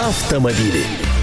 автомобили.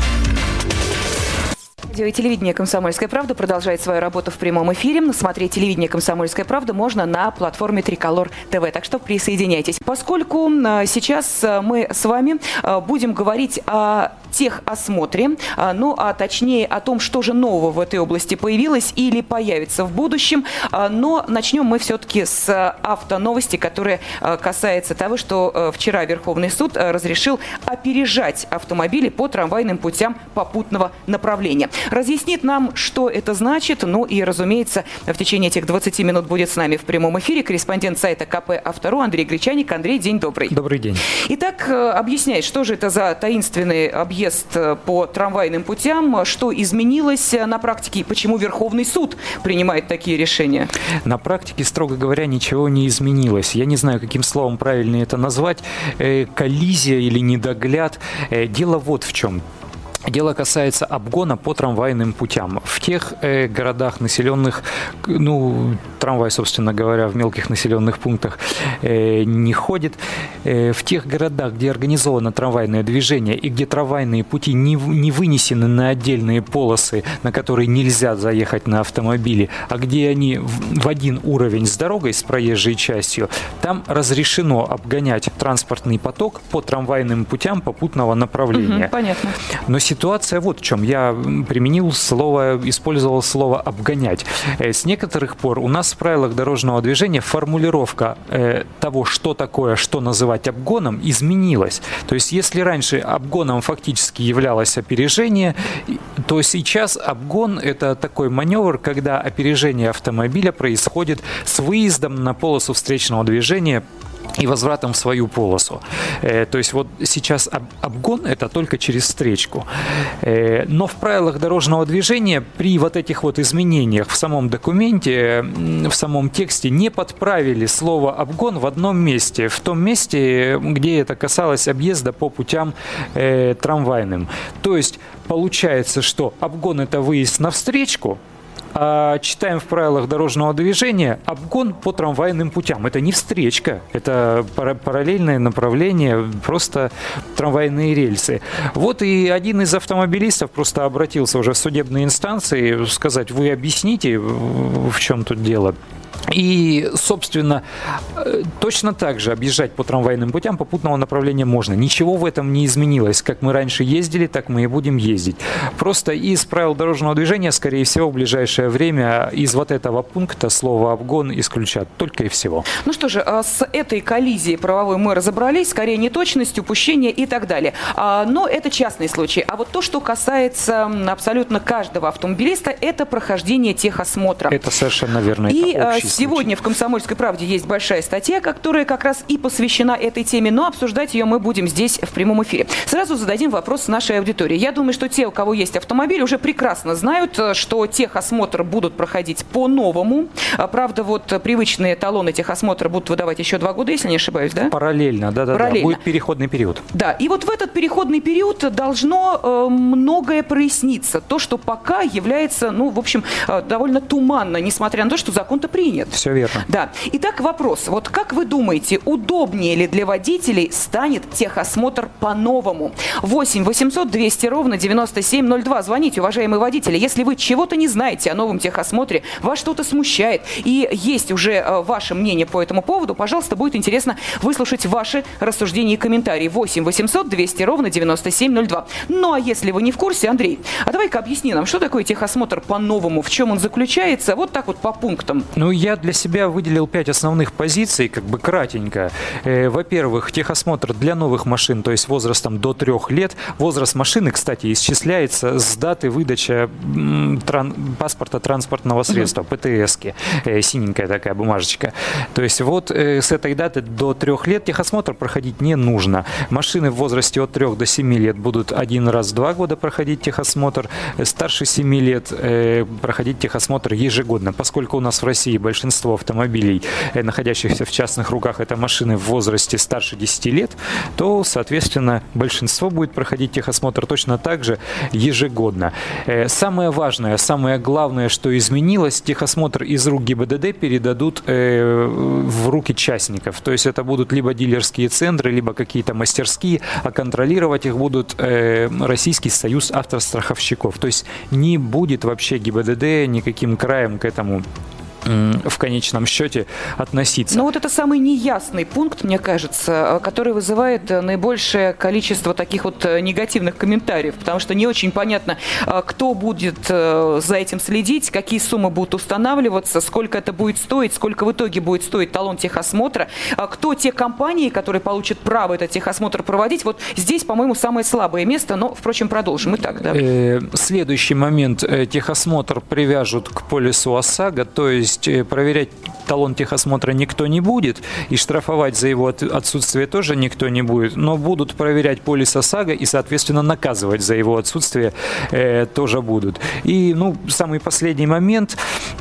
Радио и телевидение «Комсомольская правда» продолжает свою работу в прямом эфире. Смотреть телевидение «Комсомольская правда» можно на платформе Триколор ТВ, так что присоединяйтесь. Поскольку сейчас мы с вами будем говорить о техосмотре, а точнее о том, что же нового в этой области появилось или появится в будущем, но начнем мы все-таки с автоновости, которая касается того, что вчера Верховный суд разрешил опережать автомобили по трамвайным путям попутного направления. Разъяснит нам, что это значит. Ну и, разумеется, в течение этих 20 минут будет с нами в прямом эфире корреспондент сайта КП «Автору» Андрей Гречаник. Андрей, день добрый. Добрый день. Итак, объясняет, что же это за таинственный объезд по трамвайным путям, что изменилось на практике и почему Верховный суд принимает такие решения? На практике, строго говоря, ничего не изменилось. Я не знаю, каким словом правильно это назвать. Коллизия или недогляд. Дело вот в чем. Дело касается обгона по трамвайным путям. В тех городах населенных, трамвай, собственно говоря, в мелких населенных пунктах не ходит. В тех городах, где организовано трамвайное движение и где трамвайные пути не вынесены на отдельные полосы, на которые нельзя заехать на автомобиле, а где они в один уровень с дорогой, с проезжей частью, там разрешено обгонять транспортный поток по трамвайным путям попутного направления. Понятно. Но ситуация вот в чем. Я использовал слово «обгонять». С некоторых пор у нас в правилах дорожного движения формулировка того, что такое, что называть обгоном, изменилась. То есть, если раньше обгоном фактически являлось опережение, то сейчас обгон – это такой маневр, когда опережение автомобиля происходит с выездом на полосу встречного движения и возвратом в свою полосу. То есть вот сейчас обгон – это только через встречку. Но в правилах дорожного движения при вот этих вот изменениях в самом документе, в самом тексте не подправили слово «обгон» в одном месте. В том месте, где это касалось объезда по путям трамвайным. То есть получается, что обгон – это выезд на встречку, а читаем в правилах дорожного движения обгон по трамвайным путям. Это не встречка, это параллельное направление, просто трамвайные рельсы. Вот и один из автомобилистов просто обратился уже в судебные инстанции сказать: вы объясните, в чем тут дело. И, собственно, точно так же объезжать по трамвайным путям попутного направления можно. Ничего в этом не изменилось. Как мы раньше ездили, так мы и будем ездить. Просто из правил дорожного движения, скорее всего, в ближайшее время из вот этого пункта слово «обгон» исключат. Только и всего. Ну что же, с этой коллизией правовой мы разобрались. Скорее, неточность, упущение и так далее. Но это частный случай. А вот то, что касается абсолютно каждого автомобилиста, это прохождение техосмотра. Это совершенно верно. И сегодня в «Комсомольской правде» есть большая статья, которая как раз и посвящена этой теме, но обсуждать ее мы будем здесь в прямом эфире. Сразу зададим вопрос нашей аудитории. Я думаю, что те, у кого есть автомобиль, уже прекрасно знают, что техосмотр будут проходить по-новому. Правда, вот привычные талоны техосмотра будут выдавать еще 2 года, если не ошибаюсь, да? Параллельно, да. Будет переходный период. Да, и вот в этот переходный период должно многое проясниться. То, что пока является, довольно туманно, несмотря на то, что закон-то принят. Все верно. Да. Итак, вопрос. Вот как вы думаете, удобнее ли для водителей станет техосмотр по-новому? 8 800 200 ровно 9702. Звоните, уважаемые водители. Если вы чего-то не знаете о новом техосмотре, вас что-то смущает, и есть уже ваше мнение по этому поводу, пожалуйста, будет интересно выслушать ваши рассуждения и комментарии. 8 800 200 ровно 9702. Ну, а если вы не в курсе, Андрей, давай-ка объясни нам, что такое техосмотр по-новому, в чем он заключается, вот так вот по пунктам. Я для себя выделил 5 основных позиций, кратенько. Во-первых, техосмотр для новых машин, то есть возрастом до 3 лет. Возраст машины, кстати, исчисляется с даты выдачи паспорта транспортного средства, ПТС-ки, синенькая такая бумажечка. То есть вот с этой даты до 3 лет техосмотр проходить не нужно. Машины в возрасте от 3 до 7 лет будут один раз в 2 года проходить техосмотр. Старше 7 лет проходить техосмотр ежегодно. Поскольку у нас в России большая большинство автомобилей, находящихся в частных руках, это машины в возрасте старше 10 лет, то, соответственно, большинство будет проходить техосмотр точно так же ежегодно. Самое важное, самое главное, что изменилось, техосмотр из рук ГИБДД передадут в руки частников. То есть это будут либо дилерские центры, либо какие-то мастерские, а контролировать их будут Российский союз автостраховщиков. То есть не будет вообще ГИБДД никаким краем к этому в конечном счете относиться. Но вот это самый неясный пункт, мне кажется, который вызывает наибольшее количество таких вот негативных комментариев, потому что не очень понятно, кто будет за этим следить, какие суммы будут устанавливаться, сколько это будет стоить, сколько в итоге будет стоить талон техосмотра, кто те компании, которые получат право этот техосмотр проводить. Вот здесь, по-моему, самое слабое место, но, впрочем, продолжим. Итак, да. Следующий момент. Техосмотр привяжут к полису ОСАГО, то есть проверять талон техосмотра никто не будет, и штрафовать за его отсутствие тоже никто не будет, но будут проверять полис ОСАГО и, соответственно, наказывать за его отсутствие тоже будут. И, самый последний момент,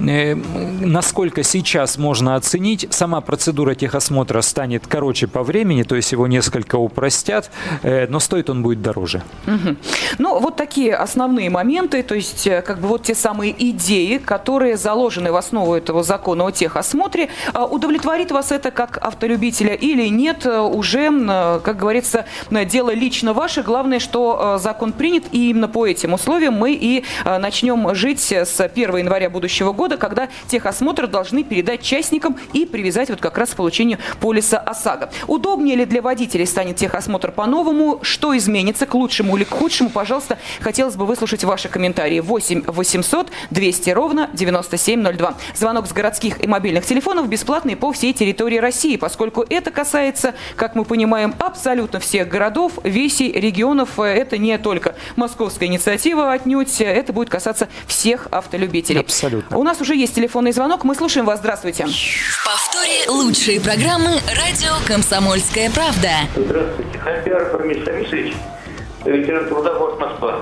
насколько сейчас можно оценить, сама процедура техосмотра станет короче по времени, то есть его несколько упростят, но стоит он будет дороже. Угу. Вот такие основные моменты, то есть вот те самые идеи, которые заложены в основу этого закона о техосмотре. Удовлетворит вас это как автолюбителя или нет, уже, как говорится, дело лично ваше. Главное, что закон принят, и именно по этим условиям мы и начнем жить с 1 января будущего года, когда техосмотр должны передать частникам и привязать вот как раз к получению полиса ОСАГО. Удобнее ли для водителей станет техосмотр по-новому? Что изменится, к лучшему или к худшему? Пожалуйста, хотелось бы выслушать ваши комментарии. 8 800 200 ровно 9702. Звонок с городских и мобильных телефонов бесплатный по всей территории России, поскольку это касается, как мы понимаем, абсолютно всех городов, весей, регионов. Это не только московская инициатива отнюдь, это будет касаться всех автолюбителей. Абсолютно. У нас уже есть телефонный звонок, мы слушаем вас. Здравствуйте. В повторе лучшие программы «Радио Комсомольская правда». Здравствуйте. Хайпиар Фармис Самисович, ветеран труда, город Москва.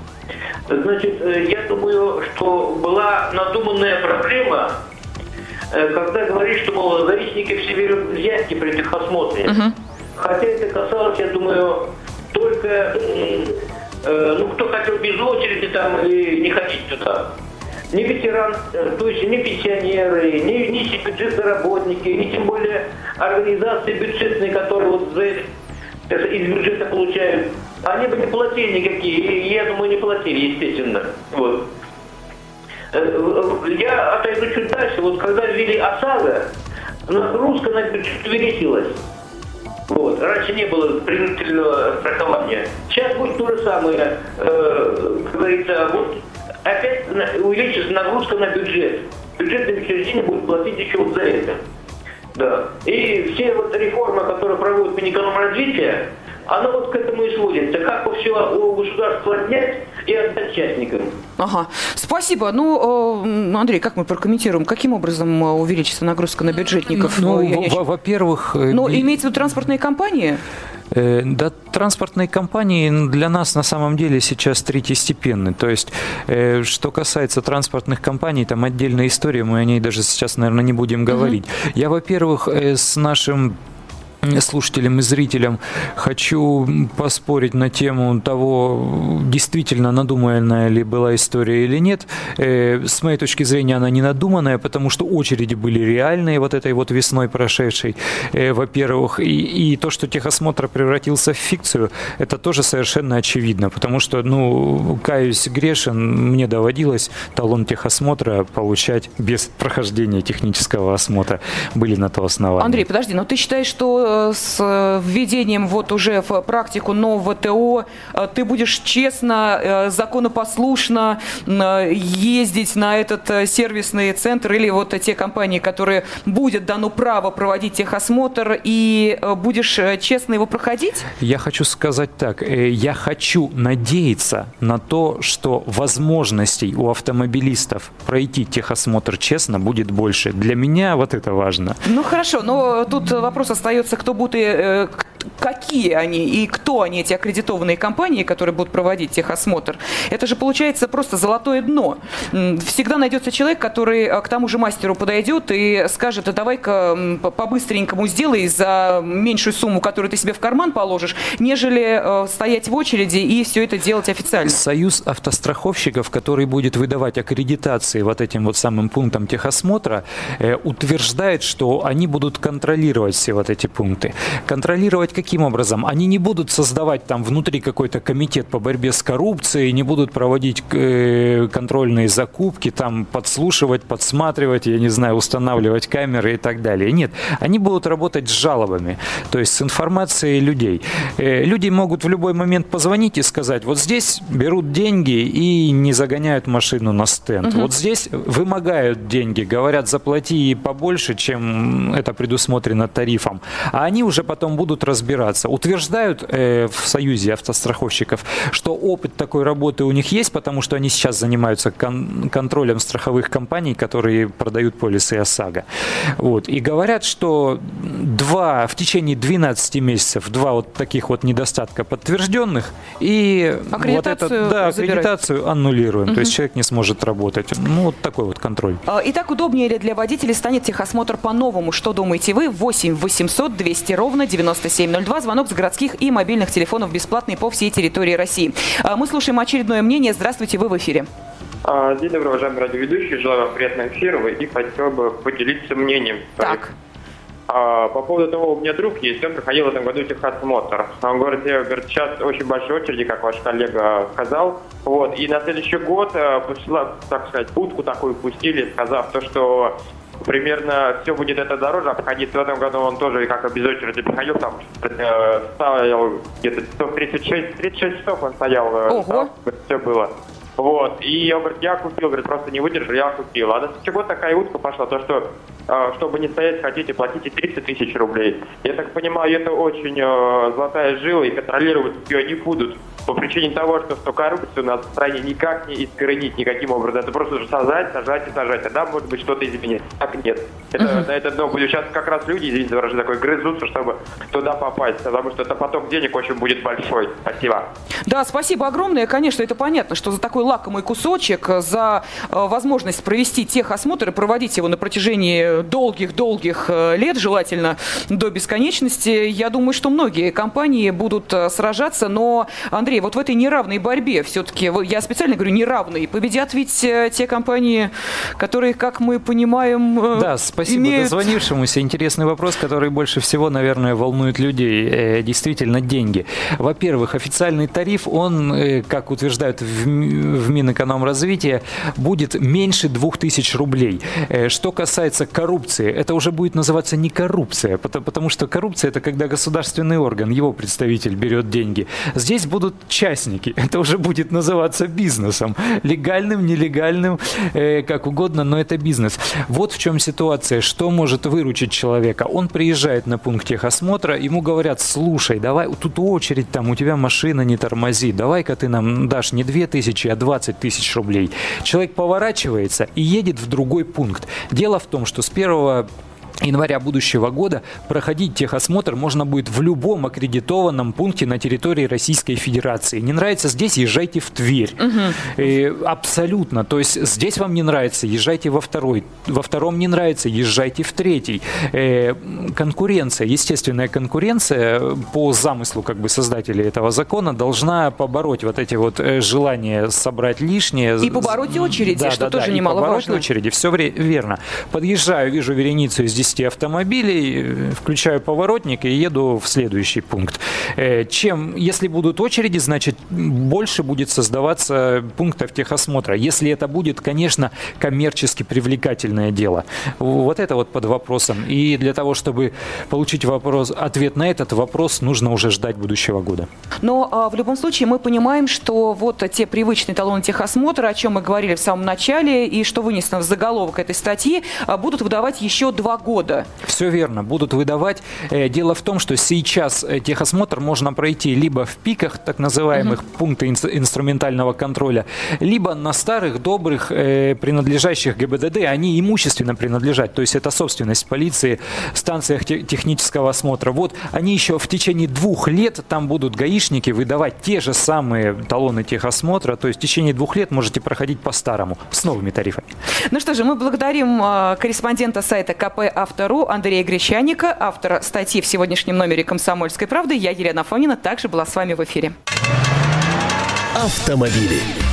Значит, я думаю, что была надуманная проблема, когда говорит, что, мол, завистники все берут взятки при техосмотре. Хотя это касалось, я думаю, только, кто хотел без очереди там и не ходить туда. Ни ветеран, то есть ни пенсионеры, ни бюджетные работники, ни тем более организации бюджетные, которые вот из бюджета получают, они бы не платили никакие, и я думаю, не платили, естественно. Вот. Я отойду чуть дальше. Вот когда ввели ОСАГО, нагрузка на бюджет увеличилась. Вот. Раньше не было принудительного страхования. Сейчас будет то же самое. Как говорится, вот опять увеличится нагрузка на бюджет. Бюджетные учреждения будут платить еще вот за это. Да. И все вот реформы, которые проводят Минэкономразвития, она вот к этому и сводится. Как все у государства отнять и отдать частникам. Ага. Спасибо. Андрей, как мы прокомментируем? Каким образом увеличится нагрузка на бюджетников? Во-первых... имеется в виду транспортные компании? Да, транспортные компании для нас на самом деле сейчас третьестепенны. То есть, что касается транспортных компаний, там отдельная история, мы о ней даже сейчас, наверное, не будем говорить. Я, во-первых, с нашим слушателям и зрителям хочу поспорить на тему того, действительно надуманная ли была история или нет. С моей точки зрения, она не надуманная, потому что очереди были реальные вот этой вот весной прошедшей, во-первых. И то, что техосмотр превратился в фикцию, это тоже совершенно очевидно, потому что, каюсь, грешен, мне доводилось талон техосмотра получать без прохождения технического осмотра. Были на то основания. Андрей, подожди, но ты считаешь, что с введением вот уже в практику нового ТО ты будешь честно, законопослушно ездить на этот сервисный центр или вот те компании, которые будет дано право проводить техосмотр, и будешь честно его проходить? Я хочу сказать так. Я хочу надеяться на то, что возможностей у автомобилистов пройти техосмотр честно будет больше. Для меня вот это важно. Хорошо, но тут вопрос остается, какие они и кто они, эти аккредитованные компании, которые будут проводить техосмотр. Это же получается просто золотое дно. Всегда найдется человек, который к тому же мастеру подойдет и скажет: а давай-ка по-быстренькому сделай за меньшую сумму, которую ты себе в карман положишь, нежели стоять в очереди и все это делать официально. Союз автостраховщиков, который будет выдавать аккредитации вот этим вот самым пунктам техосмотра, утверждает, что они будут контролировать все вот эти пункты. Контролировать каким образом? Они не будут создавать там внутри какой-то комитет по борьбе с коррупцией, не будут проводить контрольные закупки, там подслушивать, подсматривать, я не знаю, устанавливать камеры и так далее. Нет, они будут работать с жалобами, то есть с информацией людей. Люди могут в любой момент позвонить и сказать: вот здесь берут деньги и не загоняют машину на стенд. Вот здесь вымогают деньги, говорят: заплати побольше, чем это предусмотрено тарифом. А они уже потом будут разбираться. Утверждают в Союзе автостраховщиков, что опыт такой работы у них есть, потому что они сейчас занимаются контролем страховых компаний, которые продают полисы ОСАГО. Вот. И говорят, что в течение 12 месяцев два вот таких вот недостатка подтвержденных, и аккредитацию аннулируем. То есть человек не сможет работать. Ну, вот такой вот контроль. Итак, удобнее ли для водителей станет техосмотр по-новому? Что думаете вы? 8 800 200 ровно 9702. Звонок с городских и мобильных телефонов бесплатный по всей территории России. Мы слушаем очередное мнение. Здравствуйте, вы в эфире. День добрый, уважаемые радиоведущие. Желаю вам приятного эфира и хотел бы поделиться мнением. Так. По поводу того, у меня друг есть, он проходил в этом году техосмотр. Он говорит, сейчас очень большие очереди, как ваш коллега сказал. Вот. И на следующий год, так сказать, утку такую пустили, сказав то, что примерно все будет это дороже обходиться. В этом году он тоже как без очереди приходил, там стоял где-то 36 часов он стоял, все было. Вот, и он говорит, я купил, говорит, просто не выдержал, я купил. А на следующий год такая утка пошла, то что, чтобы не стоять, хотите, платите 30 тысяч рублей. Я так понимаю, это очень золотая жила, и контролировать ее не будут. По причине того, что коррупцию у нас в стране никак не искоренить никаким образом. Это просто сажать, тогда может быть что-то изменить. Так нет. На это дно будет сейчас как раз люди, извините за выражение, такой грызутся, чтобы туда попасть, потому что это поток денег очень будет большой. Спасибо. Да, спасибо огромное. Конечно, это понятно, что за такой лакомый кусочек, за возможность провести техосмотр и проводить его на протяжении долгих лет, желательно до бесконечности, я думаю, что многие компании будут сражаться, но, Андрей, вот в этой неравной борьбе все-таки, я специально говорю неравной, победят ведь те компании, которые, как мы понимаем, да, спасибо дозвонившемуся. Интересный вопрос, который больше всего, наверное, волнует людей. Действительно, деньги. Во-первых, официальный тариф, он, как утверждают в Минэкономразвития, будет меньше 2000 рублей. Что касается коррупции, это уже будет называться не коррупция, потому что коррупция – это когда государственный орган, его представитель берет деньги. Здесь будут частники. Это уже будет называться бизнесом. Легальным, нелегальным, как угодно, но это бизнес. Вот в чем ситуация. Что может выручить человека? Он приезжает на пункт техосмотра, ему говорят, слушай, давай, тут очередь, там у тебя машина не тормозит, давай-ка ты нам дашь не 2000, а 20 тысяч рублей. Человек поворачивается и едет в другой пункт. Дело в том, что с 1 января будущего года проходить техосмотр можно будет в любом аккредитованном пункте на территории Российской Федерации. Не нравится здесь, езжайте в Тверь. Абсолютно. То есть здесь вам не нравится, езжайте во второй. Во втором не нравится, езжайте в третий. Конкуренция, естественная конкуренция по замыслу как бы создателей этого закона должна побороть вот эти вот желания собрать лишнее. И побороть очереди, что тоже немаловажно. Побороть очереди, все верно. Подъезжаю, вижу вереницу из 10 автомобилей, включаю поворотник и еду в следующий пункт. Если будут очереди, значит, больше будет создаваться пунктов техосмотра. Если это будет, конечно, коммерчески привлекательное дело. Вот это вот под вопросом. И для того, чтобы получить ответ на этот вопрос, нужно уже ждать будущего года. Но в любом случае мы понимаем, что вот те привычные талоны техосмотра, о чем мы говорили в самом начале, и что вынесено в заголовок этой статьи, будут выдавать еще 2 года. года. Все верно, будут выдавать. Дело в том, что сейчас техосмотр можно пройти либо в ПИКах, так называемых пункты инструментального контроля, либо на старых, добрых, принадлежащих ГИБДД, они имущественно принадлежат, то есть это собственность полиции, станциях технического осмотра. Вот они еще в течение 2 лет, там будут гаишники выдавать те же самые талоны техосмотра, то есть в течение 2 лет можете проходить по-старому, с новыми тарифами. Ну что же, мы благодарим корреспондента сайта КП Авто.ру Андрея Гречаника, автора статьи в сегодняшнем номере «Комсомольской правды». Я, Елена Афонина, также была с вами в эфире. Автомобили.